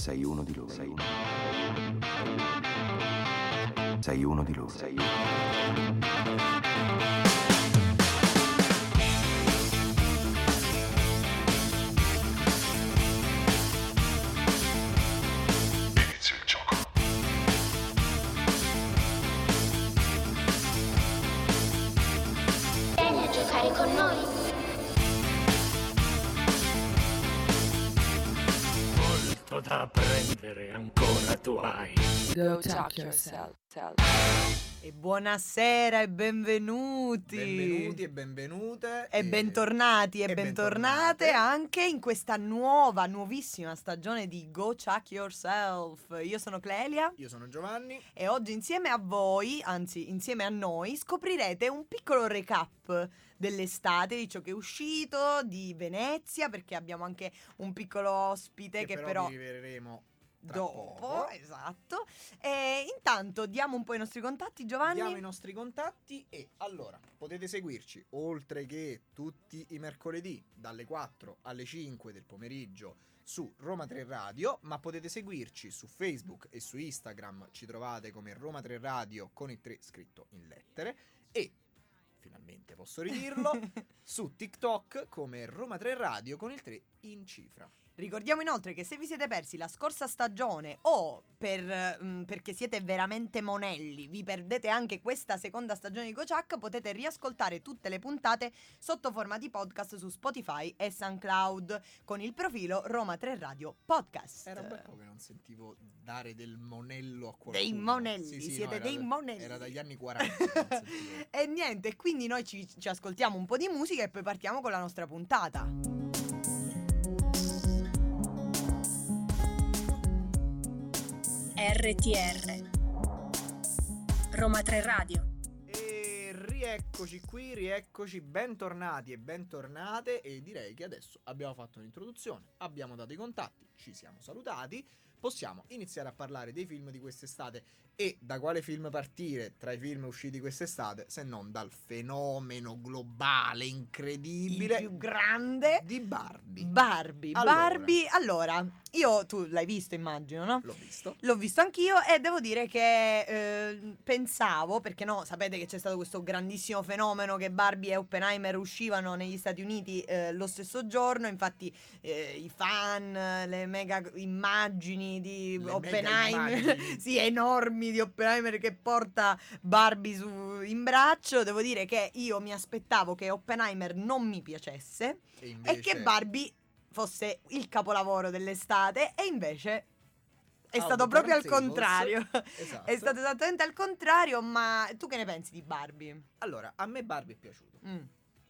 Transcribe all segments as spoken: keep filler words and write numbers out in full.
Sei uno di loro. Sei uno. Sei uno di loro. Sei uno. Inizia il gioco. Vieni a giocare con noi. Molto da apprendere ancora tu hai. Go talk yourself. E buonasera e benvenuti. Benvenuti e benvenute E bentornati e, e bentornate, bentornate. anche in questa nuova, nuovissima stagione di Go Chuck Yourself. Io sono Clelia Io sono Giovanni. e oggi insieme a voi, anzi insieme a noi, scoprirete un piccolo recap dell'estate, di ciò che è uscito, di Venezia, perché abbiamo anche un piccolo ospite che, che però... vi riveleremo tra Dopo, poco. esatto. E intanto diamo un po' i nostri contatti, Giovanni. Diamo i nostri contatti e allora potete seguirci oltre che tutti i mercoledì dalle quattro alle cinque del pomeriggio su Roma tre Radio, ma potete seguirci su Facebook e su Instagram, ci trovate come Roma tre Radio con il tre scritto in lettere, e finalmente posso ridirlo su TikTok come Roma tre Radio con il tre in cifra. Ricordiamo inoltre che se vi siete persi la scorsa stagione o per, mh, perché siete veramente monelli, vi perdete anche questa seconda stagione di GoChuck, potete riascoltare tutte le puntate sotto forma di podcast su Spotify e SoundCloud con il profilo Roma tre Radio Podcast. Era un bel po' che non sentivo dare del monello a qualcuno. Dei monelli, Sì, sì, siete no, era dei da- monelli. Era dagli anni quaranta che non sentivo. E niente, quindi noi ci, ci ascoltiamo un po' di musica e poi partiamo con la nostra puntata. R T R Roma tre Radio. E rieccoci qui, rieccoci, bentornati e bentornate. E direi che adesso abbiamo fatto un'introduzione, abbiamo dato i contatti, ci siamo salutati. Possiamo iniziare a parlare dei film di quest'estate. E da quale film partire tra i film usciti quest'estate se non dal fenomeno globale incredibile Il più grande di Barbie. Barbie, Allora. Barbie. Allora, io, tu l'hai visto immagino, no? L'ho visto. L'ho visto anch'io e devo dire che eh, pensavo, perché no, sapete che c'è stato questo grandissimo fenomeno che Barbie e Oppenheimer uscivano negli Stati Uniti eh, lo stesso giorno, infatti eh, i fan, le mega immagini di Le Oppenheimer, mega immagini. sì, enormi di Oppenheimer che porta Barbie su, in braccio. Devo dire che io mi aspettavo che Oppenheimer non mi piacesse E, e invece che Barbie fosse il capolavoro dell'estate, e invece è Out stato of proprio al Turntables. contrario. Esatto. È stato esattamente al contrario. Ma tu che ne pensi di Barbie? Allora, a me Barbie è piaciuto. Mm.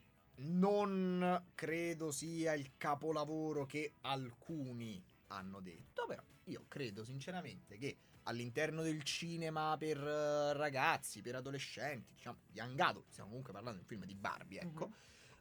Non credo sia il capolavoro che alcuni hanno detto, però io credo sinceramente che all'interno del cinema per eh, ragazzi, per adolescenti, diciamo young adult, stiamo comunque parlando di un film di Barbie, ecco,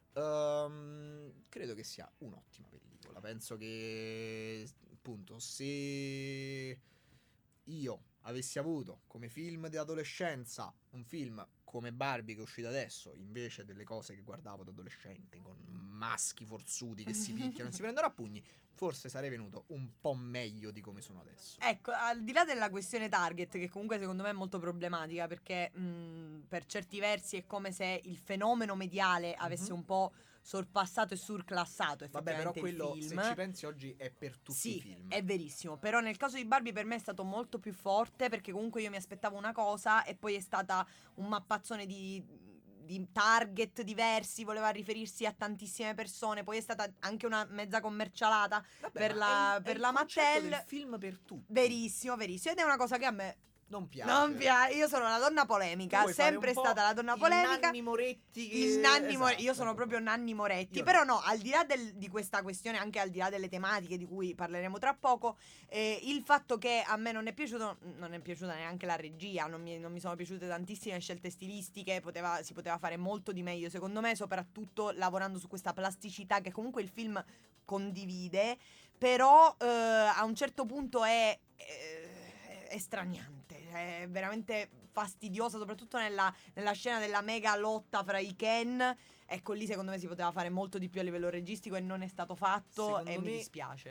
ehm, credo che sia un'ottima pellicola. Penso che appunto se io avessi avuto come film di adolescenza un film come Barbie che è uscito adesso, invece delle cose che guardavo da adolescente con maschi forzuti che si picchiano e si prendono a pugni, forse sarei venuto un po' meglio di come sono adesso. Ecco, al di là della questione target, che comunque secondo me è molto problematica, perché mh, per certi versi è come se il fenomeno mediale avesse Mhm. un po' sorpassato e surclassato Vabbè, però effettivamente quello, il se film. ci pensi, oggi è per tutti Sì, i film. è verissimo. Però nel caso di Barbie per me è stato molto più forte, perché comunque io mi aspettavo una cosa e poi è stata un mappazzone di, di target diversi, voleva riferirsi a tantissime persone, poi è stata anche una mezza commercialata. Vabbè, per ma la- è il- è per il la concetto Mattel. del film per tutti. Verissimo, verissimo. Ed è una cosa che a me Non piace. non piace. Io sono la donna Tu polemica, vuoi fare sempre un po' stata la donna il polemica. Nanni Moretti che- Il Nanni More- esatto, io sono ecco proprio qua. Nanni Moretti. Io Però no, al di là del- di questa questione, anche al di là delle tematiche di cui parleremo tra poco, eh, il fatto che a me non è piaciuto, non è piaciuta neanche la regia, non mi, non mi sono piaciute tantissime scelte stilistiche, poteva- si poteva fare molto di meglio secondo me, soprattutto lavorando su questa plasticità che comunque il film condivide, però eh, a un certo punto è, è, è straniante, è veramente fastidiosa, soprattutto nella, nella scena della mega lotta fra i Ken. Ecco, lì secondo me si poteva fare molto di più a livello registico e non è stato fatto. Secondo E mi me- dispiace.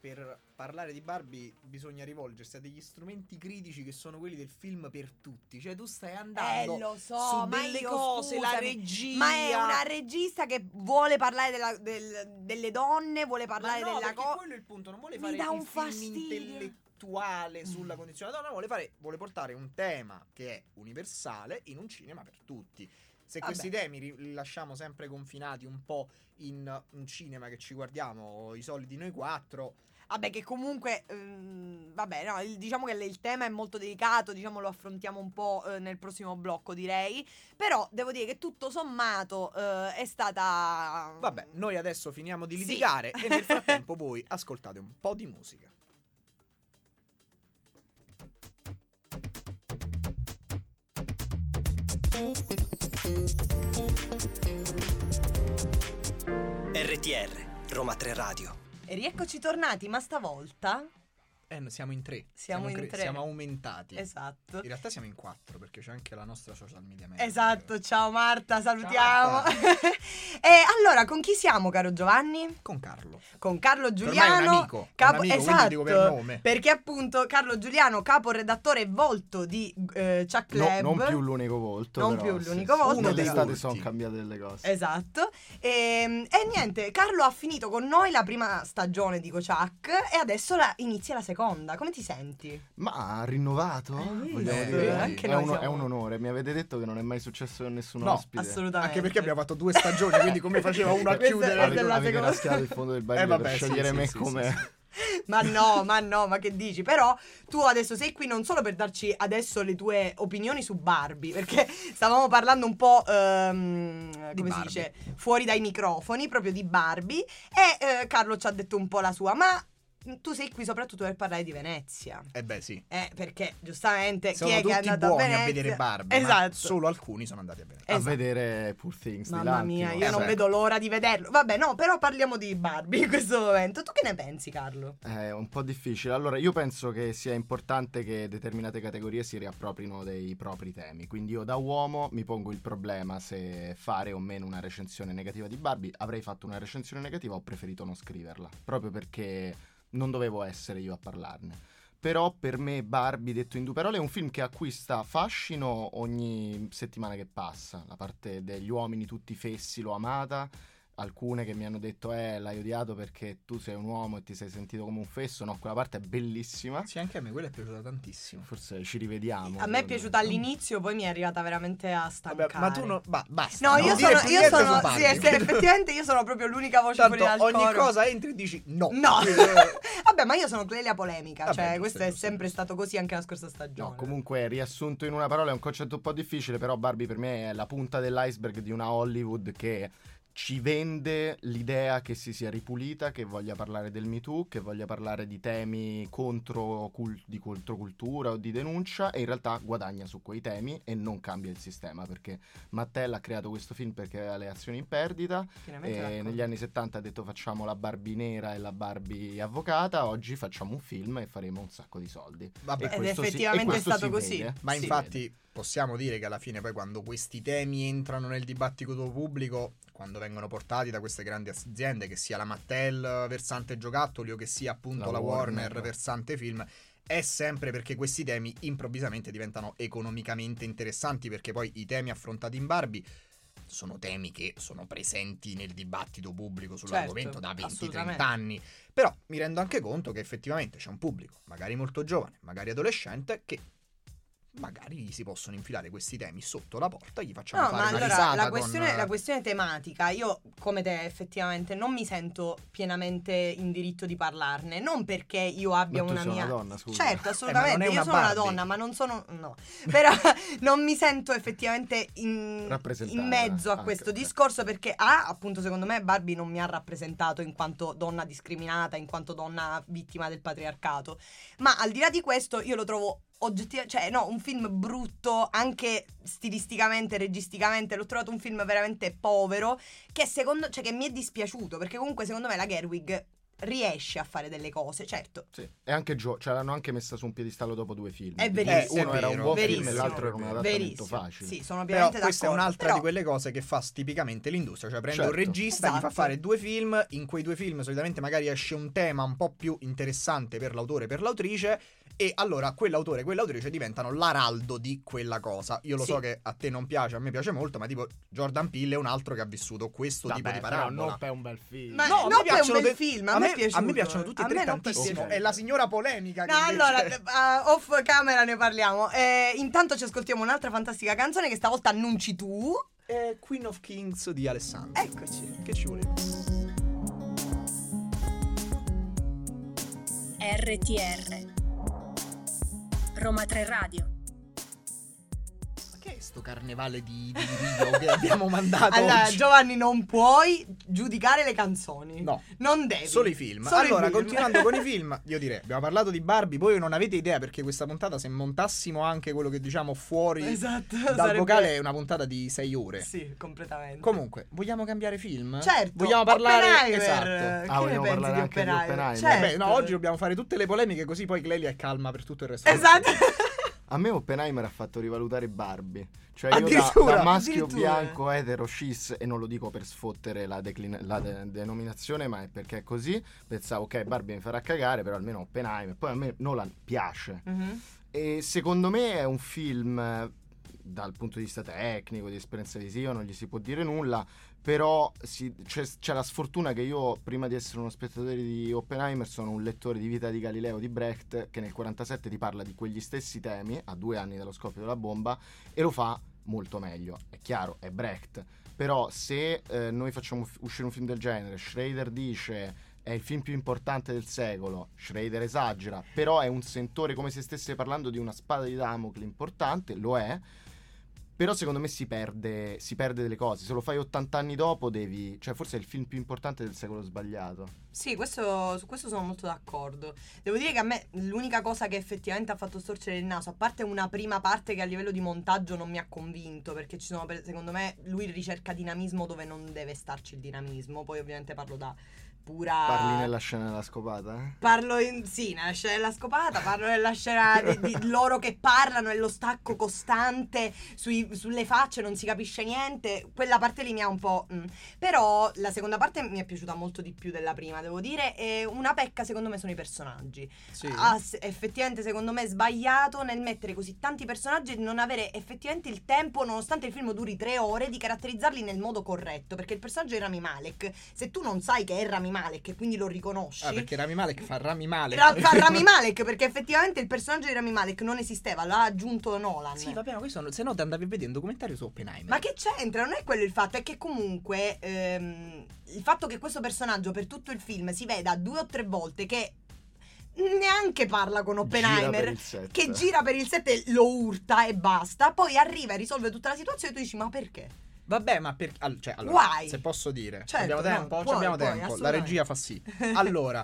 per parlare di Barbie bisogna rivolgersi a degli strumenti critici che sono quelli del film per tutti. Cioè tu stai andando Eh, lo so, su ma delle io, cose, la scusami, regia. Ma è una regista che vuole parlare della- del- delle donne, vuole Ma parlare no, della perché cosa. quello è il punto, non vuole Mi fare dà il un film fastidio. intellettuale sulla condizione della donna, vuole fare vuole portare un tema che è universale in un cinema per tutti. Se Vabbè. questi temi ri- li lasciamo sempre confinati un po' in un cinema che ci guardiamo i soliti noi quattro. Vabbè, che comunque, ehm, vabbè, no, il- diciamo che il tema è molto delicato, diciamo lo affrontiamo un po' eh, nel prossimo blocco, direi. Però devo dire che tutto sommato eh, è stata... Vabbè, noi adesso finiamo di Sì. litigare e nel frattempo voi ascoltate un po' di musica. R T R, Roma tre Radio. E rieccoci tornati, ma stavolta... Eh, no, siamo in tre. Siamo in cre- tre. Siamo aumentati. Esatto. In realtà siamo in quattro perché c'è anche la nostra social media manager. Esatto, ciao Marta, salutiamo. Ciao, Marta. E allora, con chi siamo, caro Giovanni? Con Carlo. Con Carlo Ormai è un Giuliano, amico, è un capo, amico, quindi esatto, dico per nome. perché appunto Carlo Giuliano, caporedattore e volto di eh, Chuck No, Club. non più l'unico volto. Non però, più sì, l'unico sì. volto, Uno dei Nell'estate volti. sono cambiate delle cose. Esatto. E, e niente, Carlo ha finito con noi la prima stagione di Chuck e adesso la, inizia la seconda. Come ti senti? Ma ha rinnovato? visto? Vogliamo Eh, dire? anche è, noi un, siamo- è un onore. Mi avete detto che non è mai successo con nessun No, ospite. Assolutamente. Anche perché abbiamo fatto due stagioni, quindi come faceva uno a Questa chiudere? è Avete, della avete seconda- raschiato il fondo del barile Eh, vabbè, per sì, scegliere sì, me sì, come... sì, sì. Ma no, ma no, ma che dici? Però tu adesso sei qui non solo per darci adesso le tue opinioni su Barbie, perché stavamo parlando un po', ehm, come si Barbie. dice, fuori dai microfoni, proprio di Barbie, e eh, Carlo ci ha detto un po' la sua, ma tu sei qui soprattutto per parlare di Venezia. Eh beh sì. Eh, perché giustamente Sono chi è che è tutti andato a buoni Venezia? a vedere Barbie, ma Esatto. solo alcuni sono andati a Venezia. A Esatto. vedere Poor Things di Mamma Lanthimos. mia, io Eh, non beh. vedo l'ora di vederlo. Vabbè, no, però parliamo di Barbie in questo momento. Tu che ne pensi, Carlo? È un po' difficile. Allora, io penso che sia importante che determinate categorie si riapproprino dei propri temi. Quindi io da uomo mi pongo il problema se fare o meno una recensione negativa di Barbie. Avrei fatto una recensione negativa, ho preferito non scriverla, proprio perché non dovevo essere io a parlarne. Però per me Barbie, detto in due parole, è un film che acquista fascino ogni settimana che passa. La parte degli uomini tutti fessi l'ho amata. Alcune che mi hanno detto eh l'hai odiato perché tu sei un uomo e ti sei sentito come un fesso. No, quella parte è bellissima. Sì, anche a me quella è piaciuta tantissimo. Forse ci rivediamo. A me è piaciuta all'inizio, poi mi è arrivata veramente a stancare. Vabbè, ma tu no, ba- basta. No, non io dire sono, più io niente sono su sì, Barbie. sì, effettivamente io sono proprio l'unica voce Tanto fuori dal ogni coro. cosa entri e dici no. No. Quindi, eh, Vabbè, ma io sono Clelia polemica, Vabbè, cioè giusto, questo è giusto, sempre giusto. stato così anche la scorsa stagione. No, comunque riassunto in una parola è un concetto un po' difficile, però Barbie per me è la punta dell'iceberg di una Hollywood che ci vende l'idea che si sia ripulita, che voglia parlare del Me Too, che voglia parlare di temi contro cul- di controcultura o di denuncia, e in realtà guadagna su quei temi e non cambia il sistema, perché Mattel ha creato questo film perché aveva le azioni in perdita Pienamente e d'accordo. negli anni settanta ha detto facciamo la Barbie nera e la Barbie avvocata. Oggi facciamo un film e faremo un sacco di soldi. Vabbè. E Ed questo si- effettivamente e questo è stato si così. vede. Ma Si infatti vede. possiamo dire che alla fine poi quando questi temi entrano nel dibattito pubblico, quando vengono portati da queste grandi aziende, che sia la Mattel versante giocattoli o che sia appunto La la, Warner, Warner. versante film, è sempre perché questi temi improvvisamente diventano economicamente interessanti, perché poi i temi affrontati in Barbie sono temi che sono presenti nel dibattito pubblico sull'argomento Certo, da venti assolutamente. trenta anni. Però mi rendo anche conto che effettivamente c'è un pubblico, magari molto giovane, magari adolescente, che magari gli si possono infilare questi temi sotto la porta, gli facciamo No, fare ma una allora risata la con- questione, la questione tematica, io come te effettivamente non mi sento pienamente in diritto di parlarne, non perché io abbia Ma tu una sei mia... una donna, scusa. Certo, Eh, assolutamente, ma non è io una sono una Barbie. donna, ma non sono... no, però non mi sento effettivamente in, Rappresentata. in mezzo a Ah, questo ok, ok. discorso, perché A, appunto secondo me Barbie non mi ha rappresentato in quanto donna discriminata, in quanto donna vittima del patriarcato, ma al di là di questo io lo trovo oggettivamente, cioè no, un film brutto anche stilisticamente, registicamente, l'ho trovato un film veramente povero, che secondo, cioè che mi è dispiaciuto, perché comunque secondo me la Gerwig riesce a fare delle cose, certo. Sì. E anche Gio, ce l'hanno anche messa su un piedistallo dopo due film. È Di cui verissimo. uno è era un vero, buon verissimo, film e l'altro era un adattamento verissimo. facile. Sì, sono Però ovviamente questa è d'accordo. un'altra Però- di quelle cose che fa tipicamente l'industria, cioè prende Certo. un regista, gli fa Esatto. fare due film, in quei due film solitamente magari esce un tema un po' più interessante per l'autore e per l'autrice, e allora quell'autore e quell'autrice diventano l'araldo di quella cosa. Io lo Sì. so che a te non piace, a me piace molto, ma tipo Jordan Peele è un altro che ha vissuto questo Vabbè, tipo di però parabola. Nope è un bel film. Ma No, a me Nope è un piacciono bel de- film, a me è piaciuto. a me piacciono tutti e A tre me Nope è tantissimo. piaciuto. È la signora polemica che No, invece- allora, uh, off camera ne parliamo. Eh, intanto ci ascoltiamo un'altra fantastica canzone che stavolta annunci tu. è Queen of Kings di Alessandro. Eccoci. Che ci voleva? R T R Roma tre Radio. Ma che è sto carnevale di, di Rio che abbiamo mandato Allora, oggi? Giovanni, non puoi giudicare le canzoni. No. Non devi. Solo i film. Solo i allora, film. continuando con i film, io direi, abbiamo parlato di Barbie, voi non avete idea perché questa puntata, se montassimo anche quello che diciamo fuori Esatto, dal sarebbe- vocale, è una puntata di sei ore. Sì, completamente. Comunque, vogliamo cambiare film? Certo. Vogliamo parlare Oppenheimer. esatto. Che Ah, ne vogliamo pensi parlare di anche di Oppenheimer? Oppenheimer? Certo. Beh, no, oggi dobbiamo fare tutte le polemiche così poi Clelia è calma per tutto il resto. Esatto. A me Oppenheimer ha fatto rivalutare Barbie. Cioè io da, Addirittura? da maschio Addirittura. bianco, etero, cis, e non lo dico per sfottere la, declina- la de- denominazione, ma è perché è così. Pensavo, ok, Barbie mi farà cagare, però almeno Oppenheimer. Poi a me Nolan piace. Mhm. E secondo me è un film, eh, dal punto di vista tecnico, di esperienza visiva, non gli si può dire nulla. Però si- c'è, c'è la sfortuna che io, prima di essere uno spettatore di Oppenheimer, sono un lettore di Vita di Galileo di Brecht, che nel quarantasette ti parla di quegli stessi temi, a due anni dallo scoppio della bomba, e lo fa molto meglio. È chiaro, è Brecht. Però se eh, noi facciamo f- uscire un film del genere, Schrader dice è il film più importante del secolo, Schrader esagera, però è un sentore come se stesse parlando di una spada di Damocle importante, lo è. Però secondo me si perde, si perde delle cose. Se lo fai ottanta anni dopo devi... Cioè forse è il film più importante del secolo sbagliato. Sì, questo, su questo sono molto d'accordo. Devo dire che a me l'unica cosa che effettivamente ha fatto storcere il naso, a parte una prima parte che a livello di montaggio non mi ha convinto, perché ci sono, per- secondo me, lui ricerca dinamismo dove non deve starci il dinamismo. Poi ovviamente parlo da pura... Parli nella scena della scopata, eh? Parlo in, sì, nella scena della scopata, parlo nella scena di, di loro che parlano e lo stacco costante sui- sulle facce, non si capisce niente. Quella parte lì mi ha un po'... mm. Però la seconda parte mi è piaciuta molto di più della prima, devo dire. E una pecca secondo me sono i personaggi. Sì. Ha s- effettivamente secondo me sbagliato nel mettere così tanti personaggi e non avere effettivamente il tempo, nonostante il film duri tre ore, di caratterizzarli nel modo corretto. Perché il personaggio è Rami Malek. Se tu non sai che è Rami Malek e quindi lo riconosci... Ah, perché Rami Malek fa Rami Malek. Ra- fa Rami Malek, perché effettivamente il personaggio di Rami Malek non esisteva, l'ha aggiunto Nolan. Sì, vabbè, ma questo se no ti andavi a vedere un documentario su Oppenheimer. Ma che c'entra? Non è quello il fatto, è che comunque ehm, il fatto che questo personaggio per tutto il film si veda due o tre volte che neanche parla con Gira per Oppenheimer, il set. che gira per il set e lo urta e basta, poi arriva e risolve tutta la situazione e tu dici ma perché? Vabbè, ma per, all- cioè, allora, Why? se posso dire, Certo, abbiamo no, tempo, puoi, abbiamo puoi, tempo. La assolutamente. regia fa sì. Allora,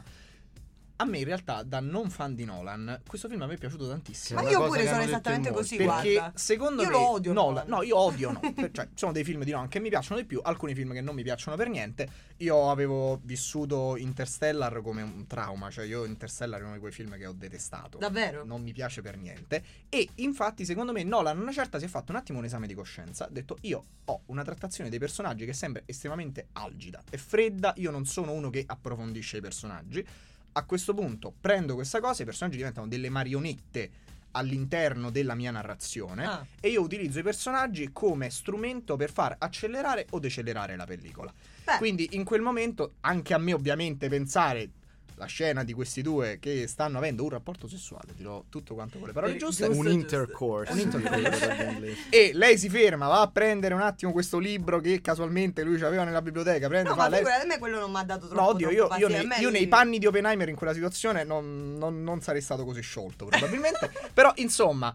a me in realtà, da non fan di Nolan, questo film a me è piaciuto tantissimo. È Ma una io cosa pure che sono hanno detto in esattamente molti. così, Perché guarda. secondo Io me lo odio Nolan, Nolan. no, io odio no. Per- cioè, ci sono dei film di Nolan che mi piacciono di più, alcuni film che non mi piacciono per niente. Io avevo vissuto Interstellar come un trauma, cioè io Interstellar è uno di quei film che ho detestato. Davvero? Non mi piace per niente. E infatti, secondo me, Nolan a una certa si è fatto un attimo un esame di coscienza. Ha detto: io ho una trattazione dei personaggi che sembra estremamente algida e fredda. Io non sono uno che approfondisce i personaggi. A questo punto prendo questa cosa, i personaggi diventano delle marionette all'interno della mia narrazione Ah. e io utilizzo i personaggi come strumento per far accelerare o decelerare la pellicola. Beh. Quindi in quel momento anche a me ovviamente pensare la scena di questi due che stanno avendo un rapporto sessuale, dirò tutto quanto con le parole Eh, giuste, giusto. Un intercourse. Un intercourse. dagli inglesi. e lei si ferma, va a prendere un attimo questo libro che casualmente lui aveva nella biblioteca, prende, No, fa, ma lei... figurati, a me quello non mi ha dato troppo No, oddio, io, troppo io, fastidio. nei, A me io il- nei panni di Oppenheimer in quella situazione non, non- non sarei stato così sciolto probabilmente. Però insomma,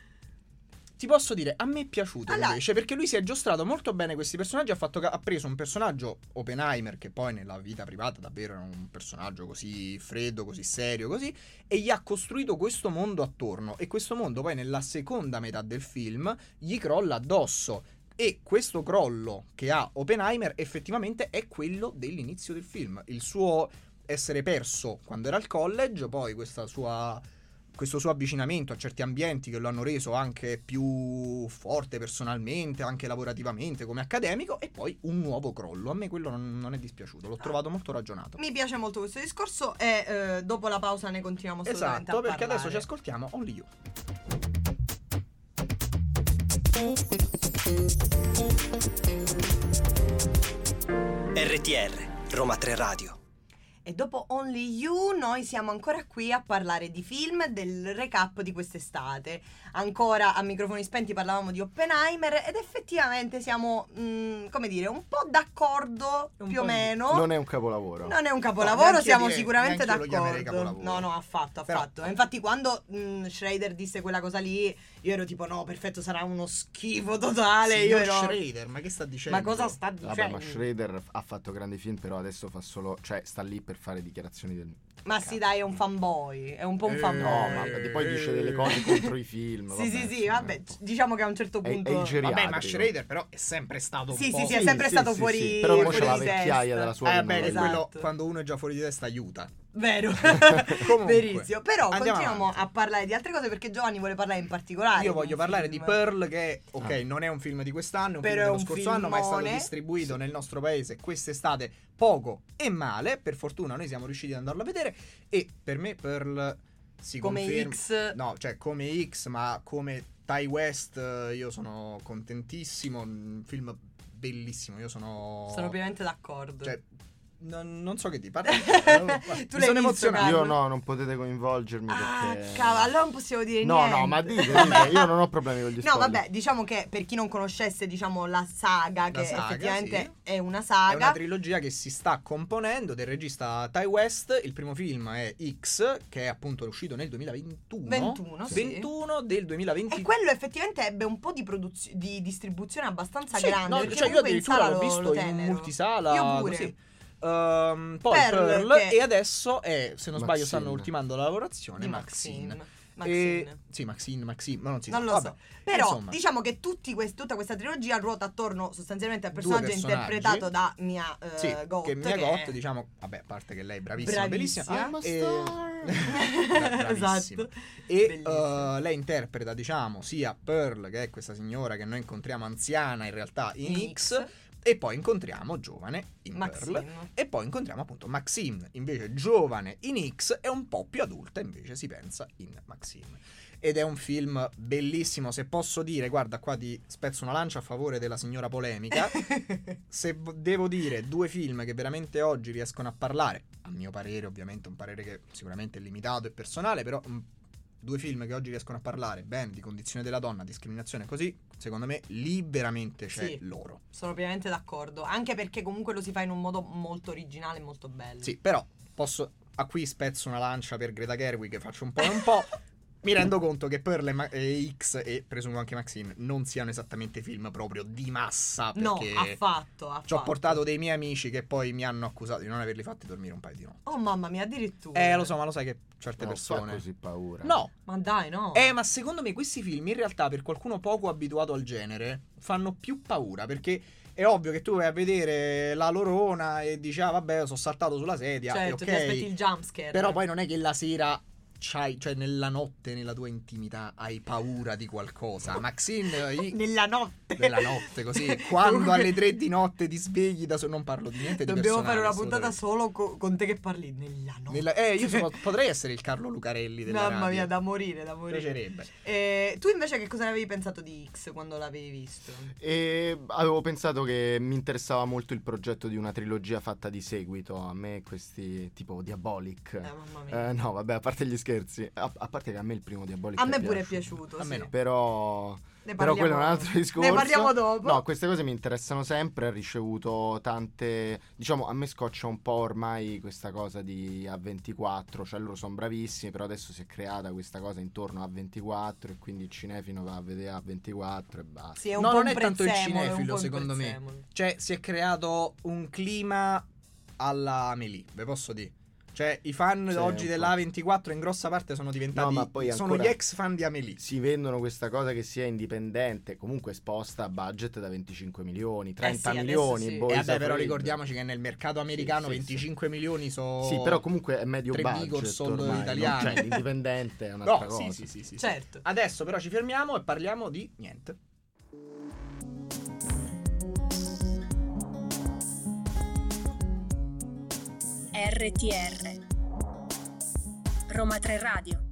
ti posso dire, a me è piaciuto Allora- invece, perché lui si è giostrato molto bene questi personaggi. Ha fatto che ha preso un personaggio Oppenheimer che poi nella vita privata davvero era un personaggio così freddo, così serio, così, e gli ha costruito questo mondo attorno, e questo mondo poi nella seconda metà del film gli crolla addosso. E questo crollo che ha Oppenheimer effettivamente è quello dell'inizio del film. Il suo essere perso quando era al college, poi questa sua questo suo avvicinamento a certi ambienti che lo hanno reso anche più forte personalmente, anche lavorativamente, come accademico, e poi un nuovo crollo. A me quello non, non è dispiaciuto, l'ho trovato molto ragionato. Mi piace molto questo discorso e eh, dopo la pausa ne continuiamo assolutamente esatto, a perché parlare. adesso ci ascoltiamo Only You. R T R, Roma tre Radio. E dopo Only You noi siamo ancora qui a parlare di film, del recap di quest'estate. Ancora a microfoni spenti parlavamo di Oppenheimer ed effettivamente siamo, mh, come dire, un po' d'accordo, Un più po' o di- meno. Non è un capolavoro. Non è un No, capolavoro, neanche siamo dire- sicuramente neanche io lo chiamerei d'accordo. capolavoro. No, no, affatto, Però- affatto. E infatti quando mh, Schrader disse quella cosa lì, io ero tipo no, perfetto, sarà uno schifo totale. Io Signor ero... Schrader, ma che sta dicendo? Ma cosa sta dicendo? Vabbè, ma Schrader ha fatto grandi film, però adesso fa solo, cioè sta lì per fare dichiarazioni del Ma sì, dai, è un fanboy, è un po' un Eh, fanboy. No, ma poi dice delle cose contro i film. Sì, vabbè, sì, sì, insomma, vabbè, un po'. diciamo che a un certo È- è punto... il Vabbè, geriatrico. ma Schrader però è sempre stato un Sì, po'... sì, sì, è sempre stato fuori- Però mo fuori c'è la di vecchiaia testa. della sua Eh che beh, non che lo- Esatto. quello quando uno è già fuori di testa aiuta. Vero. Comunque, Verissimo. Però andiamo continuiamo avanti. a parlare di altre cose perché Giovanni vuole parlare in particolare. Io di voglio un parlare film. di Pearl, che ok, Ah. non è un film di quest'anno, è un Però film è dello un scorso anno, ma è stato filmone. distribuito nel nostro paese quest'estate poco e male. Per fortuna noi siamo riusciti ad andarlo a vedere. E per me Pearl si Come conferma. X. No, cioè come X, ma come Ty West, eh, io sono contentissimo. Un film bellissimo. Io sono. Sono pienamente d'accordo. Cioè, non, non so che di parlare. Tu Mi l'hai sono visto, emozionato. Carlo? Io no, non potete coinvolgermi Ah, perché... cavolo, allora non possiamo dire No, niente. no, ma dite, dite, io non ho problemi con gli No, spoiler. vabbè, diciamo che per chi non conoscesse, diciamo, la saga, La che saga, effettivamente sì. è una È saga. una trilogia che si sta componendo del regista Ty West. Il primo film è X, che è appunto uscito nel duemilaventuno. ventuno, sì. ventuno del duemilaventi. E quello effettivamente ebbe un po' di, produzio- di distribuzione abbastanza Sì, grande. no, perché cioè io comunque in addirittura sala l'ho lo- visto lo in tennero. multisala. Io pure. Così. Ehm, poi Pearl, Pearl, che- e adesso è, se non sbaglio, Maxine. stanno ultimando la lavorazione. Di Maxine. Maxine. E, Maxine. sì, Maxine, Maxine, ma non si Non sa. lo Vabbè, so. Però insomma. diciamo che tutti quest- tutta questa trilogia ruota attorno sostanzialmente al Due personaggio personaggi. interpretato da Mia eh, Sì, Goth, che Mia che Goth, è diciamo, vabbè, a parte che lei è bravissima, bravissima. bellissima. I'm a E- star. Bravissima. Esatto. E Bellissima. uh, lei interpreta, diciamo, sia Pearl, che è questa signora che noi incontriamo anziana in realtà in, In X, X. e poi incontriamo giovane in Maxine. Pearl, e poi incontriamo appunto Maxine, invece giovane in X e un po' più adulta invece si pensa in Maxine. Ed è un film bellissimo, se posso dire, guarda qua ti spezzo una lancia a favore della signora polemica. Se v- devo dire due film che veramente oggi riescono a parlare, a mio parere ovviamente un parere che sicuramente è limitato e personale, però mh, due film che oggi riescono a parlare bene di condizione della donna, discriminazione così, secondo me lì veramente c'è Sì. loro. Sono pienamente d'accordo. Anche perché comunque lo si fa in un modo molto originale e molto bello. Sì, però posso, a qui spezzo una lancia per Greta Gerwig, che faccio un po' e un po'. Mi rendo conto che Pearl e, Ma- e X, e presumo anche Maxine, non siano esattamente film proprio di massa, No, perché affatto, affatto. ci ho portato dei miei amici che poi mi hanno accusato di non averli fatti dormire un paio di notti. Oh mamma mia, addirittura. Eh, lo so, ma lo sai che certe Non fa persone... così paura. No, Ma dai, no. eh, ma secondo me questi film in realtà per qualcuno poco abituato al genere fanno più paura, perché è ovvio che tu vai a vedere la lorona e dici ah vabbè sono saltato sulla sedia, Cioè, e tu ok, ti aspetti il jumpscare. però poi non è che la sera c'hai, cioè nella notte, nella tua intimità hai paura di qualcosa. Maxine i- Nella notte. nella notte così, quando Comunque- alle tre di notte ti svegli da solo, non parlo di niente di Dobbiamo fare personale, una puntata assolutamente. solo co- con te che parli nella notte. Nella- eh, io sono- potrei essere il Carlo Lucarelli della Mamma radio. mia, da morire, da Mi morire. piacerebbe. Eh, tu invece che cosa ne avevi pensato di X quando l'avevi visto? E avevo pensato che mi interessava molto il progetto di una trilogia fatta di seguito. A me questi tipo Diabolic. Eh, mamma mia. Eh, no, vabbè, a parte gli scherzi. A, a parte che a me il primo Diabolic A me è pure è piaciuto, A sì. me no. Però Ne Però parliamo- quello è un altro discorso. Ne parliamo dopo. No, queste cose mi interessano sempre. Ha ricevuto tante. Diciamo, a me scoccia un po' ormai questa cosa di A ventiquattro. Cioè, loro sono bravissimi, però adesso si è creata questa cosa intorno a ventiquattro. E quindi il cinefilo va a vedere A ventiquattro e basta. Sì, è un No, po' non un è tanto il prezzemolo, è un cinefilo, po' un secondo me. prezzemolo. Cioè, si è creato un clima alla Amélie, ve posso dire. Cioè i fan Sì, oggi un dell'A po'. ventiquattro in grossa parte sono diventati, No, ma poi sono ancora gli ex fan di Amélie. si vendono questa cosa che sia indipendente, comunque sposta a budget da venticinque milioni, trenta sì, adesso milioni. sì. Boys E vabbè, of però Rage. ricordiamoci che nel mercato americano Sì, sì, venticinque milioni sono... Sì, però comunque è medio tre budget Vigor sold ormai, italiani. no? Cioè l'indipendente è un'altra No, cosa. sì, sì, sì, sì, sì. Certo. Adesso però ci fermiamo e parliamo di niente. R T R Roma tre Radio.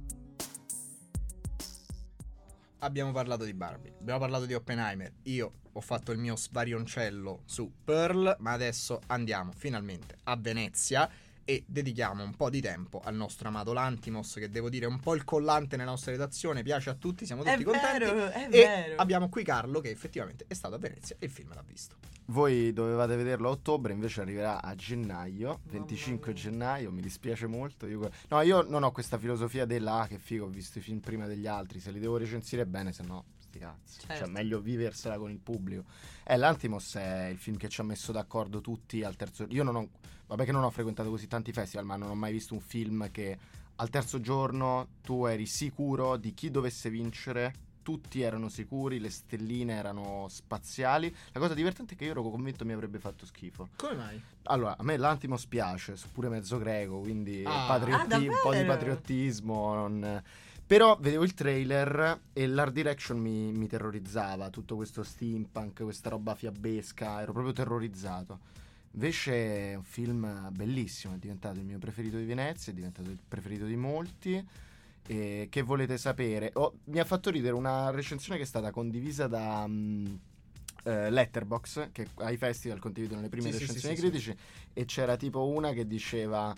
Abbiamo parlato di Barbie, abbiamo parlato di Oppenheimer. Io ho fatto il mio svarioncello su Pearl, ma adesso andiamo finalmente a Venezia e dedichiamo un po' di tempo al nostro amato Lantimos, che devo dire è un po' il collante nella nostra redazione, piace a tutti, siamo tutti È contenti. vero, è e vero. abbiamo qui Carlo che effettivamente è stato a Venezia e il film l'ha visto. Voi dovevate vederlo a ottobre, invece arriverà a gennaio, venticinque mia. gennaio, mi dispiace molto. Io... No, io non ho questa filosofia della ah, che figo, ho visto i film prima degli altri, se li devo recensire bene, se no sti cazzi. Certo. Cioè, meglio viversela con il pubblico. Eh, l'Antimos è il film che ci ha messo d'accordo tutti al terzo... Io non ho... Vabbè che non ho frequentato così tanti festival, ma non ho mai visto un film che al terzo giorno tu eri sicuro di chi dovesse vincere. Tutti erano sicuri, le stelline erano spaziali. La cosa divertente è che io ero convinto mi avrebbe fatto schifo. Come mai? Allora, a me l'Antimos piace, sono pure mezzo greco, quindi Ah. patriotti- Ah, un po' di davvero? patriottismo. Non... Però vedevo il trailer e l'art direction mi, mi terrorizzava, tutto questo steampunk, questa roba fiabesca, ero proprio terrorizzato. Invece è un film bellissimo, è diventato il mio preferito di Venezia, è diventato il preferito di molti. E che volete sapere? Oh, mi ha fatto ridere una recensione che è stata condivisa da um, eh, Letterboxd, che ai festival condividono le prime Sì, sì, recensioni sì, sì, critici, e c'era tipo una che diceva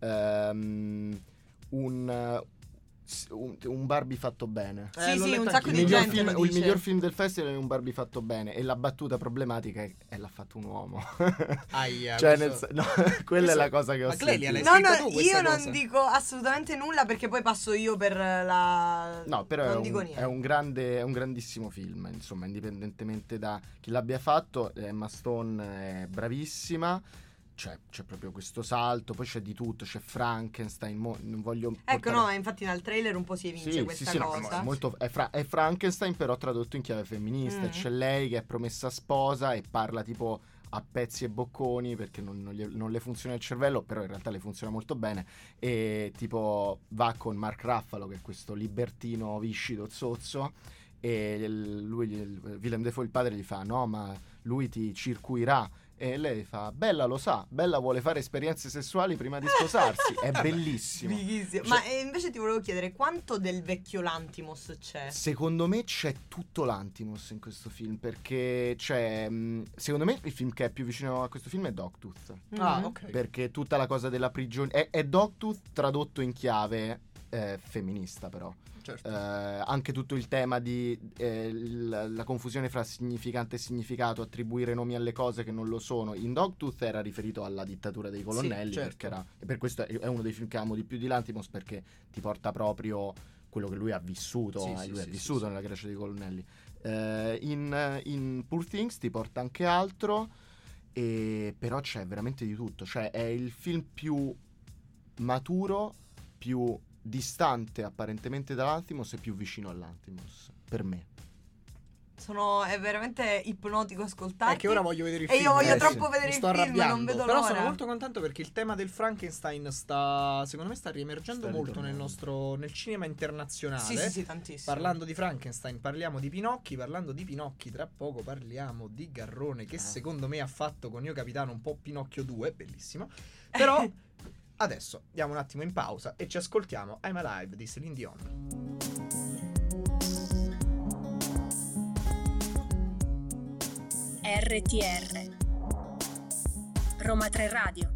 ehm, un, un, un Barbie fatto bene. Sì, Eh, l'ho sì, letto un sacco Il di anch'io. miglior, gente film, lo il dice. miglior film del festival è un Barbie fatto bene, e la battuta problematica è, è l'ha fatto un uomo. Aia, Cioè, questo- nel sen- no, quella è la cosa che ho Ma Clelia, l'hai sentito. No, scritto no, tu questa io non cosa? dico assolutamente nulla perché poi passo io per la... No, però non è dico un, niente. è un grande, è un grandissimo film, insomma, indipendentemente da chi l'abbia fatto. Emma Stone è bravissima, c'è, c'è proprio questo salto, poi c'è di tutto, c'è Frankenstein, mo- non voglio Ecco, portare- no, infatti nel trailer un po' si evince Sì, questa sì, sì, no, cosa. è, molto, è, Fra- è Frankenstein però tradotto in chiave femminista. Mm. C'è lei che è promessa sposa e parla tipo a pezzi e bocconi perché non, non gli- non le funziona il cervello, però in realtà le funziona molto bene, e tipo va con Mark Ruffalo, che è questo libertino viscido zozzo, e il- lui, il, Willem Dafoe il padre gli fa no ma lui ti circuirà, e lei fa Bella lo sa, Bella vuole fare esperienze sessuali prima di sposarsi. È bellissimo. Fighissimo. Cioè- Ma eh, invece ti volevo chiedere quanto del vecchio Lantimos c'è? Secondo me c'è tutto l'Antimos in questo film, perché c'è mh, secondo me il film che è più vicino a questo film è Dogtooth, Ah, Mhm. ok. perché tutta la cosa della prigione è, è Dogtooth tradotto in chiave eh, femminista, però Certo. Eh, anche tutto il tema di eh, l- la confusione fra significante e significato, attribuire nomi alle cose che non lo sono. In Dogtooth era riferito alla dittatura dei colonnelli, certo. perché era, e per questo è, è uno dei film che amo di più di Lantimos, perché ti porta proprio quello che lui ha vissuto. Sì, eh, sì, lui sì, ha vissuto sì, nella Grecia dei colonnelli. Eh, in, in Poor Things ti porta anche altro, e però c'è veramente di tutto. Cioè è il film più maturo, più distante apparentemente dall'Antimos e più vicino all'Antimos, per me. Sono, è veramente ipnotico ascoltarti. È che ora voglio vedere il E film. io voglio eh, troppo sì. vedere Mi il sto film, arrabbiando. non vedo Però l'ora. sono molto contento perché il tema del Frankenstein sta, secondo me, sta riemergendo Sta molto nel ritornando. nostro nel cinema internazionale. Sì, sì, sì, tantissimo. Parlando di Frankenstein parliamo di Pinocchi, parlando di Pinocchi tra poco parliamo di Garrone, che Ah. secondo me ha fatto con Io Capitano un po' Pinocchio due, bellissimo. Però adesso diamo un attimo in pausa e ci ascoltiamo I'm Alive di Celine Dion. R T R Roma tre Radio.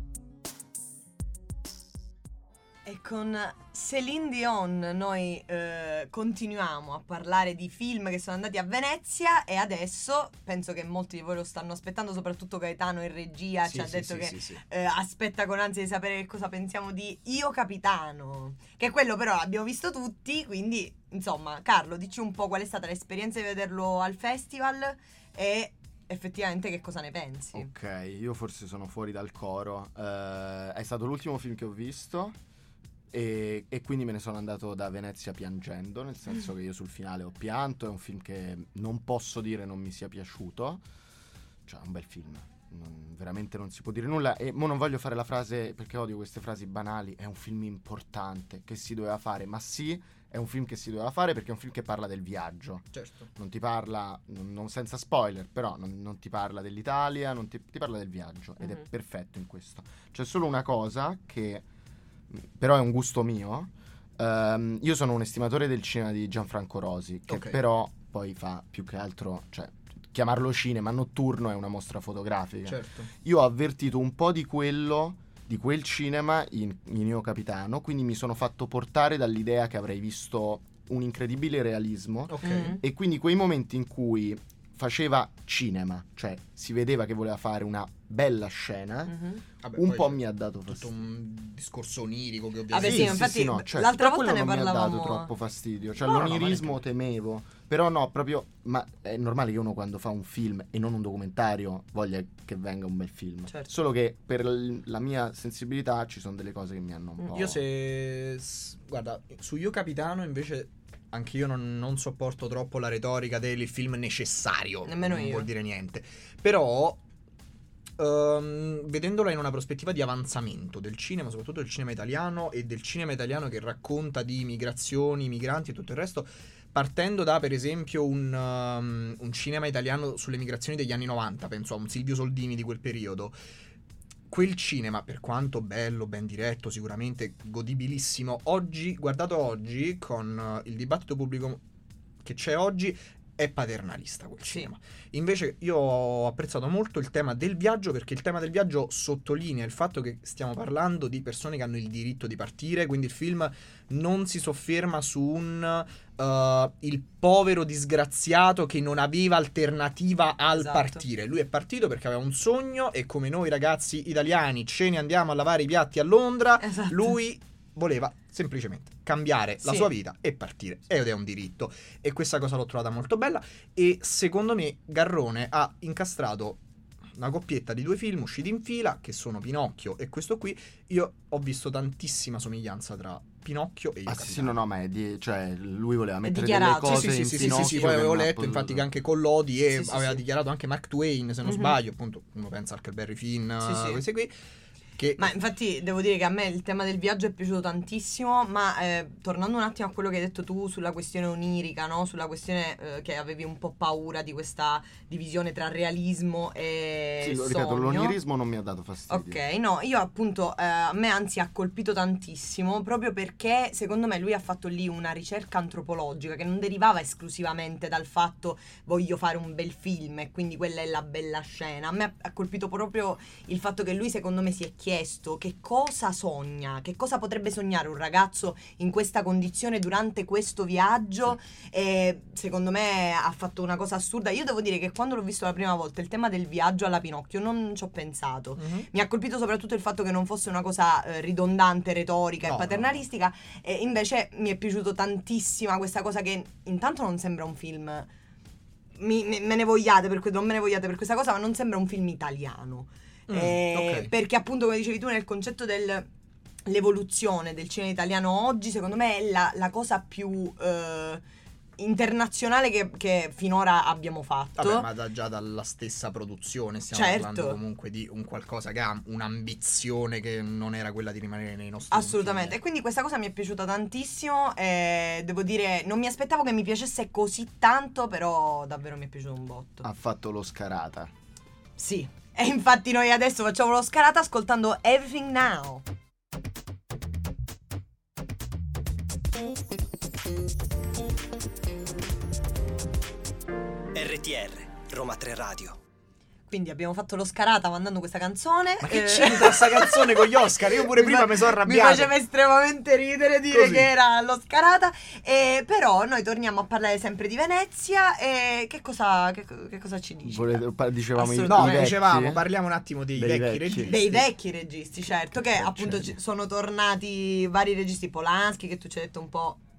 E con Celine Dion noi eh, continuiamo a parlare di film che sono andati a Venezia, e adesso penso che molti di voi lo stanno aspettando, soprattutto Gaetano in regia Sì, ci ha sì, detto sì, che sì, sì. eh, aspetta con ansia di sapere che cosa pensiamo di Io Capitano, che è quello però l'abbiamo visto tutti, quindi insomma Carlo, dici un po' qual è stata l'esperienza di vederlo al festival e effettivamente che cosa ne pensi. Ok, io forse sono fuori dal coro. Eh, è stato l'ultimo film che ho visto e, e quindi me ne sono andato da Venezia piangendo, nel senso che io sul finale ho pianto. È un film che non posso dire non mi sia piaciuto, cioè è un bel film. Non, veramente non si può dire nulla. E mo non voglio fare la frase, perché odio queste frasi banali, è un film importante che si doveva fare, ma sì, è un film che si doveva fare perché è un film che parla del viaggio. Certo. Non ti parla, non, non senza spoiler, però non, non ti parla dell'Italia, non ti, ti parla del viaggio, ed Mm-hmm. è perfetto in questo. C'è solo una cosa che però è un gusto mio. Ehm, io sono un estimatore del cinema di Gianfranco Rosi, che Ok. però poi fa più che altro, cioè chiamarlo cinema notturno è una mostra fotografica. Certo. Io ho avvertito un po' di quello, di quel cinema in, in Io Capitano, quindi mi sono fatto portare dall'idea che avrei visto un incredibile realismo, Ok. Mm. e quindi quei momenti in cui faceva cinema, cioè si vedeva che voleva fare una bella scena, Mhm. Vabbè, un poi po' c'è mi ha dato tutto fastidio. un discorso onirico che Vabbè, ovviamente... sì, infatti, no, certo. l'altra Però volta quello ne non mi ha parlavamo- dato troppo fastidio, cioè No, no, no, l'onirismo ma ne- temevo, però no, proprio, ma è normale che uno quando fa un film e non un documentario voglia che venga un bel film, Certo. solo che per l- la mia sensibilità ci sono delle cose che mi hanno un po'... Io se... s- Guarda, su Io Capitano invece anche io non, non sopporto troppo la retorica del film necessario. Nemmeno non io. vuol dire niente. Però... ehm, vedendola in una prospettiva di avanzamento del cinema, soprattutto del cinema italiano e del cinema italiano che racconta di migrazioni, migranti e tutto il resto, partendo da per esempio un, um, un cinema italiano sulle migrazioni degli anni novanta, penso a un Silvio Soldini di quel periodo. Quel cinema, per quanto bello, ben diretto, sicuramente godibilissimo, oggi, guardato oggi, con uh, il dibattito pubblico che c'è oggi, è paternalista quel Sì. cinema. Invece io ho apprezzato molto il tema del viaggio, perché il tema del viaggio sottolinea il fatto che stiamo parlando di persone che hanno il diritto di partire, quindi il film non si sofferma su un uh, il povero disgraziato che non aveva alternativa al Esatto. partire. Lui è partito perché aveva un sogno e come noi ragazzi italiani ce ne andiamo a lavare i piatti a Londra, Esatto. lui voleva semplicemente cambiare la Sì. sua vita e partire, ed è un diritto, e questa cosa l'ho trovata molto bella. E secondo me Garrone ha incastrato una coppietta di due film usciti in fila, che sono Pinocchio e questo qui. Io ho visto tantissima somiglianza tra Pinocchio e Io Capitano. Assassino no, ma è di, cioè lui voleva mettere dichiarato. delle Sì, cose sì, in sì, sì, sì, Pinocchio sì, poi che avevo non ha letto potuto- infatti che anche Collodi e Sì, sì, aveva sì. dichiarato anche Mark Twain, se non Mhm. sbaglio, appunto uno pensa a Huckleberry Finn, Sì, sì. questi qui, che Ma infatti devo dire che a me il tema del viaggio è piaciuto tantissimo, ma eh, tornando un attimo a quello che hai detto tu sulla questione onirica, no? Sulla questione eh, che avevi un po' paura di questa divisione tra realismo e Sì, lo sogno. ripeto, l'onirismo non mi ha dato fastidio. Ok, no, io appunto eh, a me anzi ha colpito tantissimo proprio perché secondo me lui ha fatto lì una ricerca antropologica che non derivava esclusivamente dal fatto voglio fare un bel film e quindi quella è la bella scena. A me ha- ha colpito proprio il fatto che lui secondo me si è chiesto che cosa sogna, che cosa potrebbe sognare un ragazzo in questa condizione durante questo viaggio. E secondo me ha fatto una cosa assurda. Io devo dire che quando l'ho visto la prima volta il tema del viaggio alla Pinocchio non ci ho pensato. Mhm. Mi ha colpito soprattutto il fatto che non fosse una cosa eh, ridondante, retorica No, e paternalistica, e invece mi è piaciuto tantissimo questa cosa che intanto non sembra un film. Mi- me, me ne vogliate per que- non me ne vogliate per questa cosa, ma non sembra un film italiano. Mm, Eh, ok. Perché appunto, come dicevi tu, nel concetto dell'evoluzione del cinema italiano oggi, secondo me è la, la cosa più eh, internazionale che, che finora abbiamo fatto. Vabbè, ma da- già dalla stessa produzione stiamo Certo. parlando comunque di un qualcosa che ha un'ambizione che non era quella di rimanere nei nostri Assolutamente, e quindi questa cosa mi è piaciuta tantissimo e devo dire non mi aspettavo che mi piacesse così tanto, però davvero mi è piaciuto un botto. Ha fatto lo scarata. Sì, e infatti noi adesso facciamo lo scarata ascoltando Everything Now. R T R, Roma tre Radio. Quindi abbiamo fatto lo scarata mandando questa canzone. Ma che Eh, c'entra sta canzone con gli Oscar? Io pure mi prima fa- mi sono Mi arrabbiato. faceva estremamente ridere dire Così. che era lo scarata. E però noi torniamo a parlare sempre di Venezia. E che cosa, che, che cosa ci dici? Volete- pa- dicevamo i, i No, Assolutamente. vecchi? dicevamo, parliamo un attimo dei, Dei vecchi, vecchi. registi. Dei vecchi registi, certo, che Eh, appunto certo. ci sono tornati vari registi, Polanski, che tu ci hai detto un po'.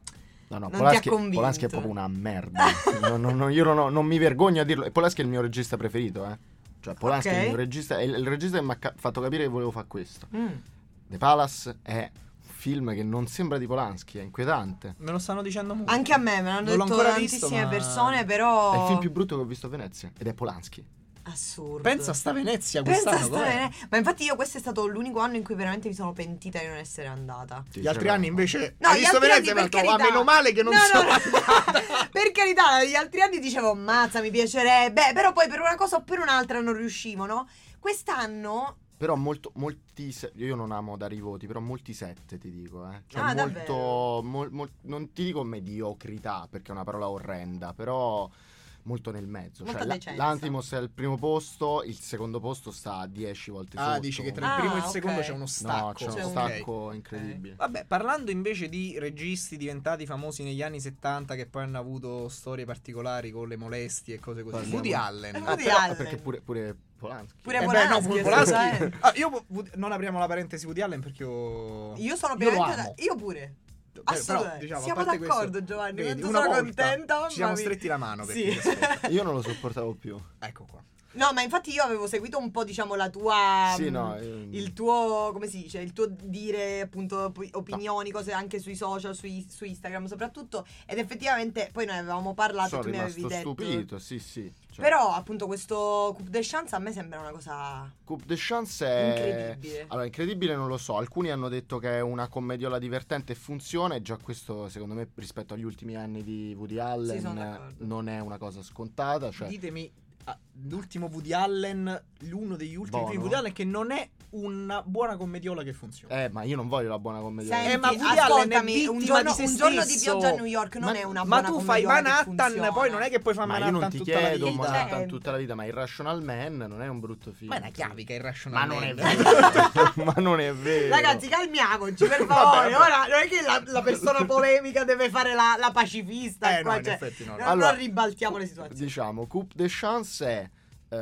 No, no, non Polanski, ti ha convinto. Polanski è proprio una merda. no, no, no, io non, ho- non mi vergogno a dirlo. E Polanski è il mio regista preferito, eh. Cioè, Polanski Ok. è il mio regista. È il, il regista che mi ha ca- fatto capire che volevo fare questo. Mm. The Palace è un film che non sembra di Polanski, è inquietante. Me lo stanno dicendo molto. Anche a me, me l'hanno Non l'ho detto ancora tantissime visto, ma- persone, però... È il film più brutto che ho visto a Venezia. Ed è Polanski. Assurdo. Pensa a sta Venezia Pensa quest'anno. a sta com'è? Vene- Ma infatti io questo è stato l'unico anno in cui veramente mi sono pentita di non essere andata. Sì, Gli altri c'era- anni invece No, hai gli visto altri Venezia anni, e hai per detto, "Ah, carità." meno male che non No, sono no, no. andata." Per carità, gli altri anni dicevo, mazza, mi piacerebbe. Però poi per una cosa o per un'altra non riuscivo, no? Quest'anno... Però molto, molti se- io non amo dare i voti, però molti sette ti dico, eh. Cioè Ah, molto davvero? mol- mol- non ti dico mediocrità, perché è una parola orrenda, però molto nel mezzo. Molta Cioè, la- decenza. l'Antimos è al primo posto, il secondo posto sta a dieci volte Ah, sotto. dici che tra il Ah, primo e il ok. secondo c'è uno No, stacco. c'è uno C'è un- stacco Ok. incredibile. Vabbè, parlando invece di registi diventati famosi negli anni settanta che poi hanno avuto storie particolari con le molestie e cose così. Parliamo- Woody Allen. Eh, Ah, Woody però- Allen. perché pure, pure Polanski. Pure Eh beh, Polanski, no, Polanski. assolutamente. Ah, io Woody- non apriamo la parentesi Woody Allen perché io Io sono io lo pienamente... amo. Io pure. Però, Assolutamente. diciamo, a Siamo parte questo, d'accordo, Giovanni. vedi, Quanto una sono volta contenta. ci siamo mamma mia. stretti la mano per Sì. chi ci ascolta. Io non lo sopportavo più. Ecco qua. No, ma infatti io avevo seguito un po', diciamo, la tua... Sì, mh, no, io- Il tuo, come si dice, il tuo dire, appunto, op- opinioni, cose anche sui social, su, i- su Instagram soprattutto. Ed effettivamente, poi noi avevamo parlato Sono e tu mi avevi rimasto detto... stupito, sì, sì. Cioè, Però, appunto, questo Coup de Chance a me sembra una cosa Coupe de Chance è incredibile. Allora, incredibile non lo so. Alcuni hanno detto che è una commediola divertente e funziona. E già questo, secondo me, rispetto agli ultimi anni di Woody Allen, sono d'accordo. non è una cosa scontata. Cioè, Ditemi ah, l'ultimo Woody Allen, uno degli ultimi Bono. film Woody Allen che non è una buona commediola che funziona. eh, ma io non voglio la buona commedia. Senti, Eh, ma Woody Allen è ascoltami, un vittima giorno, di se un giorno di stesso. pioggia a New York non Ma- è una Ma buona tu fai commediola che Manhattan, funziona. poi non è che puoi fare Ma io Manhattan non ti tutta la chiedo vita. Manhattan Gente. tutta la vita, ma Irrational Man non è un brutto film. Ma è una chiavica Irrational Ma non è Man. vero. Ma non è vero. Ragazzi, calmiamoci per favore. Ora non è che la, la persona polemica deve fare la, la pacifista. Eh, qua, no, in cioè, effetti no, no. non- Allora, non ribaltiamo le situazioni. Diciamo, Coupe de Chance è,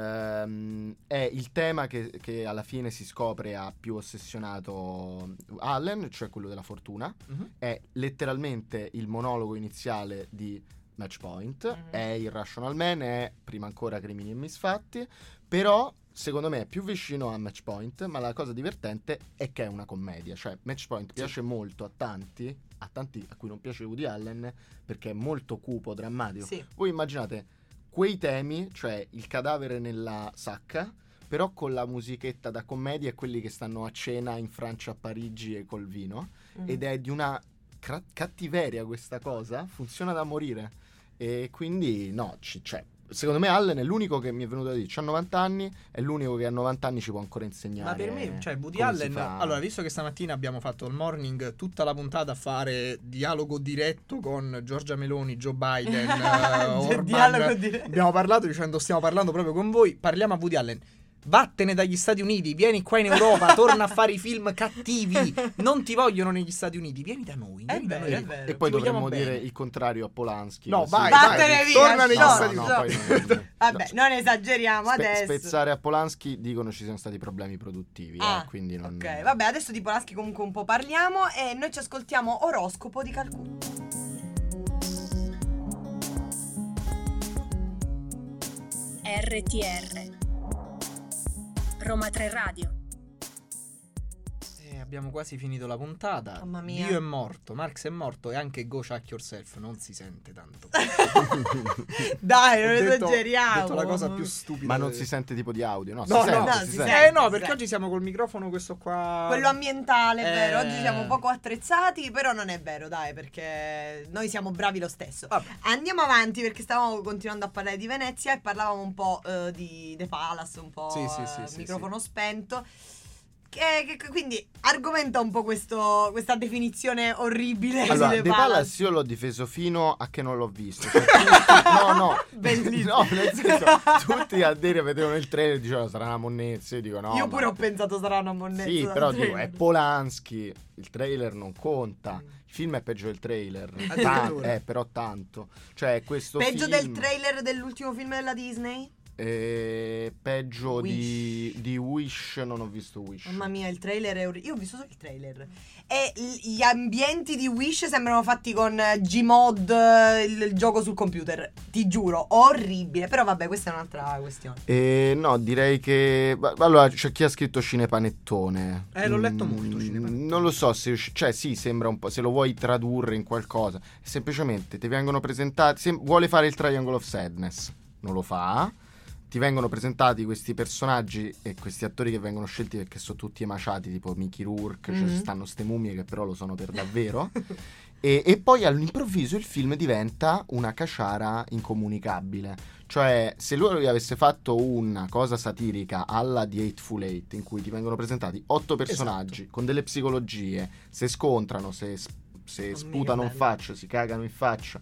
ehm, è il tema che, che alla fine si scopre ha più ossessionato Allen, cioè quello della fortuna. Mhm. È letteralmente il monologo iniziale di Match Point. Mhm. È Irrational Man, è prima ancora Crimini e Misfatti. Però secondo me è più vicino a Match Point, ma la cosa divertente è che è una commedia. Cioè Match Point piace molto a tanti, a tanti a cui non piace Woody Allen, perché è molto cupo, drammatico. Sì. Voi immaginate quei temi, cioè il cadavere nella sacca, però con la musichetta da commedia e quelli che stanno a cena in Francia, a Parigi e col vino. Mhm. Ed è di una cra- cattiveria questa cosa, funziona da morire. E quindi no, ci- cioè, secondo me Allen è l'unico che mi è venuto a dire, c'ha novanta anni, è l'unico che a novanta anni ci può ancora insegnare. Ma per me, cioè, Woody come si Allen. fa. Allora, visto che stamattina abbiamo fatto il morning, tutta la puntata a fare dialogo diretto con Giorgia Meloni, Joe Biden, eh, Orban. Dialogo diretto. Abbiamo parlato dicendo stiamo parlando proprio con voi. Parliamo a Woody Allen. Vattene dagli Stati Uniti, vieni qua in Europa, torna a fare i film cattivi. Non ti vogliono negli Stati Uniti, vieni da noi. È Vieni da vero, noi. è vero. E poi Ti vogliamo dovremmo dire bene. il contrario a Polanski. No, così. vai, Vattene vai, via, torna negli no, Stati no, Uniti. poi non- Vabbè, no. non esageriamo Spe- adesso. spezzare a Polanski dicono ci siano stati problemi produttivi, Ah, eh, quindi non... Ok, vabbè, adesso di Polanski comunque un po' parliamo e noi ci ascoltiamo Oroscopo di Calcutta. R T R Roma tre Radio. Eh, abbiamo quasi finito la puntata. Mamma mia. Dio è morto, Marx è morto e anche Go Chuck Yourself non si sente tanto. Dai, non Ho detto- esageriamo. Ho detto la cosa più stupida. Ma non de- si sente tipo di audio, no? No, si no, sente, no, si si sente. sente. Eh no, perché Sì. oggi siamo col microfono questo qua. Quello ambientale, è vero. Eh. Oggi siamo poco attrezzati, però non è vero, dai, perché noi siamo bravi lo stesso. Vabbè. Andiamo avanti perché stavamo continuando a parlare di Venezia e parlavamo un po' eh, di The Palace, un po' Sì, sì, eh, sì, sì, microfono spento. Che, che- quindi argomenta un po' questo, questa definizione orribile Allora, di The The Palace. Palace io l'ho difeso fino a che non l'ho visto. Cioè, tutti- no, no, Bellissimo. no, nel senso, tutti a dire vedevano il trailer e dicevano sarà una monnezza. Io dico no. Io ma- pure ho pensato sarà una monnezza. Sì, però dico, è Polanski, il trailer non conta. Il film è peggio del trailer. Ta- Addirittura. eh, però tanto. Cioè, questo Peggio film... del trailer dell'ultimo film della Disney? E peggio Wish. Di, di Wish, non ho visto Wish. Mamma mia, il trailer è orribile. Io ho visto solo il trailer. E l- gli ambienti di Wish sembrano fatti con eh, Gmod, eh, il, il gioco sul computer. Ti giuro, orribile. Però vabbè, questa è un'altra questione. E no, direi che ma- allora c'è chi ha scritto Cinepanettone. Eh, l'ho letto Mm, molto, Cinepanettone. Non lo so se usci- cioè sì, sembra un po', se lo vuoi tradurre in qualcosa, semplicemente ti vengono presentati, sem- vuole fare il Triangle of Sadness, non lo fa. Ti vengono presentati questi personaggi e questi attori che vengono scelti perché sono tutti emaciati, tipo Mickey Rourke, cioè Mhm. stanno ste mummie che però lo sono per davvero. e, e poi all'improvviso il film diventa una caciara incomunicabile. Cioè, se lui avesse fatto una cosa satirica alla The Eightful Eight, in cui ti vengono presentati otto personaggi con delle psicologie, se scontrano, se, se Mamma sputano mia, in bello. faccia, si cagano in faccia,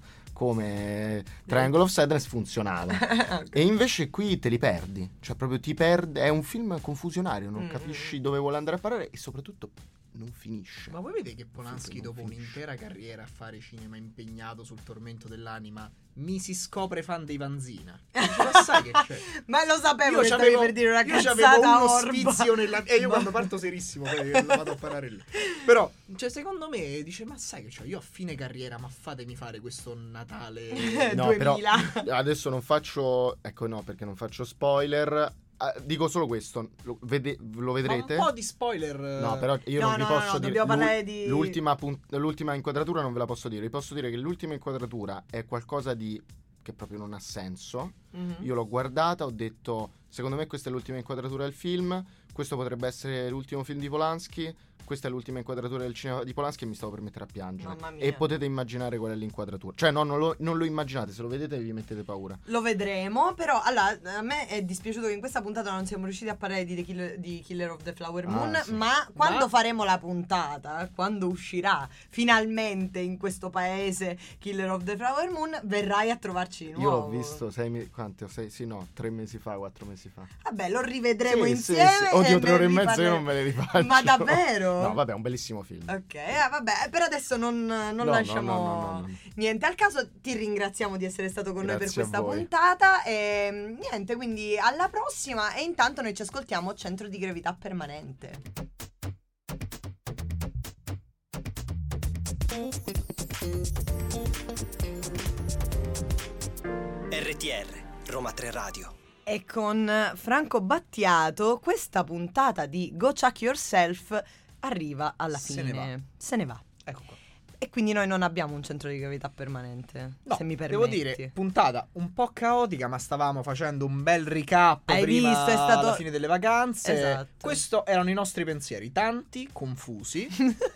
come Triangle of Sadness funzionava. E invece qui te li perdi, cioè proprio ti perdi, è un film confusionario, non Mm. capisci dove vuole andare a parare e soprattutto non finisce. Ma voi vedete che Polanski Non dopo finisce. un'intera carriera a fare cinema impegnato sul tormento dell'anima mi si scopre fan dei Vanzina? Dice, ma sai che c'è? Ma lo sapevo Io che stavi c'avevo, per dire una io c'avevo cazzata uno orba. sfizio nella... E io Ma- quando parto serissimo poi vado a parare lì. Però, cioè, secondo me dice, ma sai che c'ho? Io a fine carriera, ma fatemi fare questo Natale... No, però duemila. adesso non faccio, ecco no, perché non faccio spoiler. Ah, dico solo questo, lo, vede- lo vedrete? Ma un po' di spoiler... No, però io No, non vi no, no, posso no, dire dobbiamo l'u- parlare di- l'ultima, punt- l'ultima inquadratura non ve la posso dire. Vi posso dire che l'ultima inquadratura è qualcosa di che proprio non ha senso. Mhm. Io l'ho guardata, ho detto secondo me questa è l'ultima inquadratura del film, questo potrebbe essere l'ultimo film di Polanski, questa è l'ultima inquadratura del cinema di Polanski e mi stavo per mettere a piangere. Mamma mia. E potete immaginare qual è l'inquadratura. Cioè no, non lo, non lo immaginate, se lo vedete vi mettete paura. Lo vedremo, però allora a me è dispiaciuto che in questa puntata non siamo riusciti a parlare di, The Killer, di Killer of the Flower Ah, Moon, sì. ma quando Ma- faremo la puntata, quando uscirà finalmente in questo paese Killer of the Flower Moon, verrai a trovarci di Io nuovo. l'ho visto sei mesi, quanti? Sei, sì, no, tre mesi fa, quattro mesi fa. Vabbè, lo rivedremo Sì, insieme. sì, sì. Oddio, e tre ne ore e mezza io riparleremo. non me le rifaccio. Ma davvero? No, vabbè, è un bellissimo film. Ok, eh, vabbè, per adesso non, non No, no, lasciamo no, no, no, no. niente al caso. Ti ringraziamo di essere stato con noi per Grazie a questa voi. puntata. E niente, quindi alla prossima. E intanto noi ci ascoltiamo Centro di Gravità Permanente. R T R, Roma tre Radio. E con Franco Battiato questa puntata di Go Chuck Yourself arriva alla Se fine. ne va. Se ne va. Ecco qua. E quindi noi non abbiamo un centro di gravità permanente, No, se mi permetti. devo dire, puntata un po' caotica, ma stavamo facendo un bel recap Hai prima visto, è stato- alla fine delle vacanze. Esatto. Questo erano i nostri pensieri, tanti, confusi.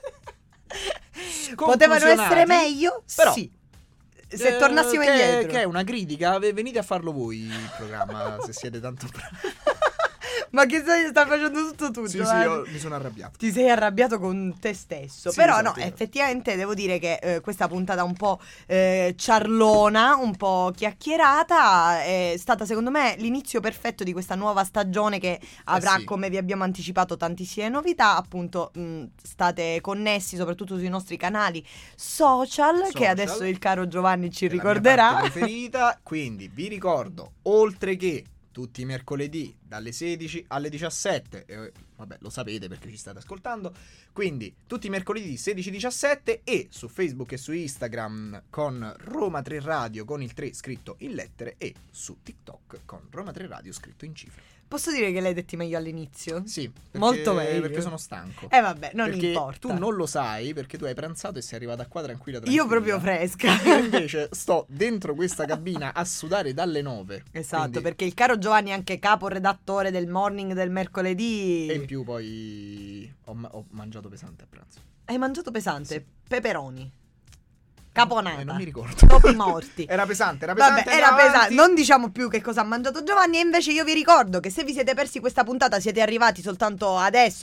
Potevano sconclusionati, essere meglio? però, Sì. Se eh, tornassimo che, indietro. Che è una critica, ve- venite a farlo voi il programma se siete tanto bravi. Ma che stai, stai facendo tutto tu? Sì, sì, Giovanni? io mi sono arrabbiato. Ti sei arrabbiato con te stesso. Sì, Però esatto, no, esatto. effettivamente devo dire che eh, questa puntata un po' eh, ciarlona, un po' chiacchierata, è stata secondo me l'inizio perfetto di questa nuova stagione che avrà, sì. come vi abbiamo anticipato, tantissime novità. Appunto, mh, state connessi soprattutto sui nostri canali social, che Social, adesso il caro Giovanni ci È la mia ricorderà. parte preferita. Quindi vi ricordo, oltre che tutti i mercoledì dalle sedici alle diciassette, eh, vabbè lo sapete perché ci state ascoltando, quindi tutti i mercoledì sedici diciassette e su Facebook e su Instagram con Roma tre Radio con il tre scritto in lettere e su TikTok con Roma tre Radio scritto in cifre. Posso dire che l'hai detti meglio all'inizio? Sì, perché, Molto meglio. perché sono stanco. Eh vabbè, non perché importa. tu non lo sai perché tu hai pranzato e sei arrivata qua tranquilla, Io tranquilla. proprio fresca. Io invece sto dentro questa cabina a sudare dalle nove. Esatto, quindi- perché il caro Giovanni è anche caporedattore del morning del mercoledì. E in più poi ho, ma- ho mangiato pesante a pranzo. Hai mangiato pesante? Sì. Peperoni. Caponata. Eh, non mi ricordo. Topi morti. Era pesante, era pesante. Vabbè, era andiamo pesante. avanti. Non diciamo più che cosa ha mangiato Giovanni. E invece io vi ricordo che se vi siete persi questa puntata, siete arrivati soltanto adesso a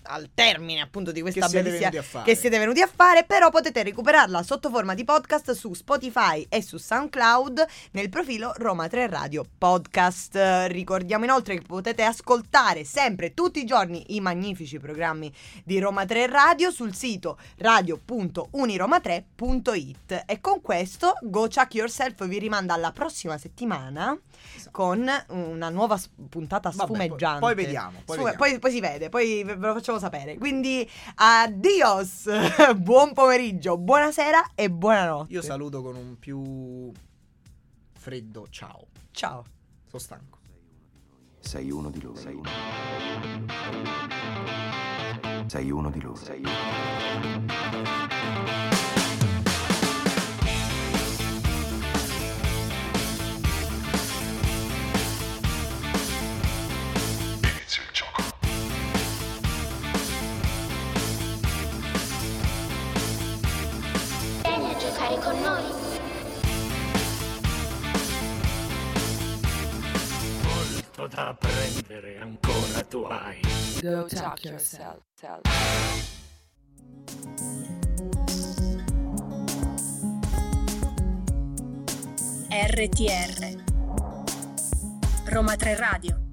al termine appunto di questa Che siete bellissima venuti a fare. che siete venuti a fare, però potete recuperarla sotto forma di podcast su Spotify e su SoundCloud nel profilo Roma tre Radio Podcast. Eh, Ricordiamo inoltre che potete ascoltare sempre tutti i giorni i magnifici programmi di Roma tre Radio sul sito radio punto uniroma tre punto it. E con questo Go Chuck Yourself vi rimanda alla prossima settimana con una nuova s- puntata Vabbè, sfumeggiante. poi- poi vediamo, poi Sfume- vediamo. poi- poi si vede, poi ve ve lo facciamo sapere. Quindi addios, buon pomeriggio, buonasera e buonanotte. Io saluto con un più freddo ciao. Ciao. Sono stanco. Sei uno di loro. Sei uno. Sei uno di loro. Sei uno. Inizia il gioco. Vieni a giocare con noi. Molto da apprendere ancora tu hai. Go talk yourself. R T R Roma tre Radio.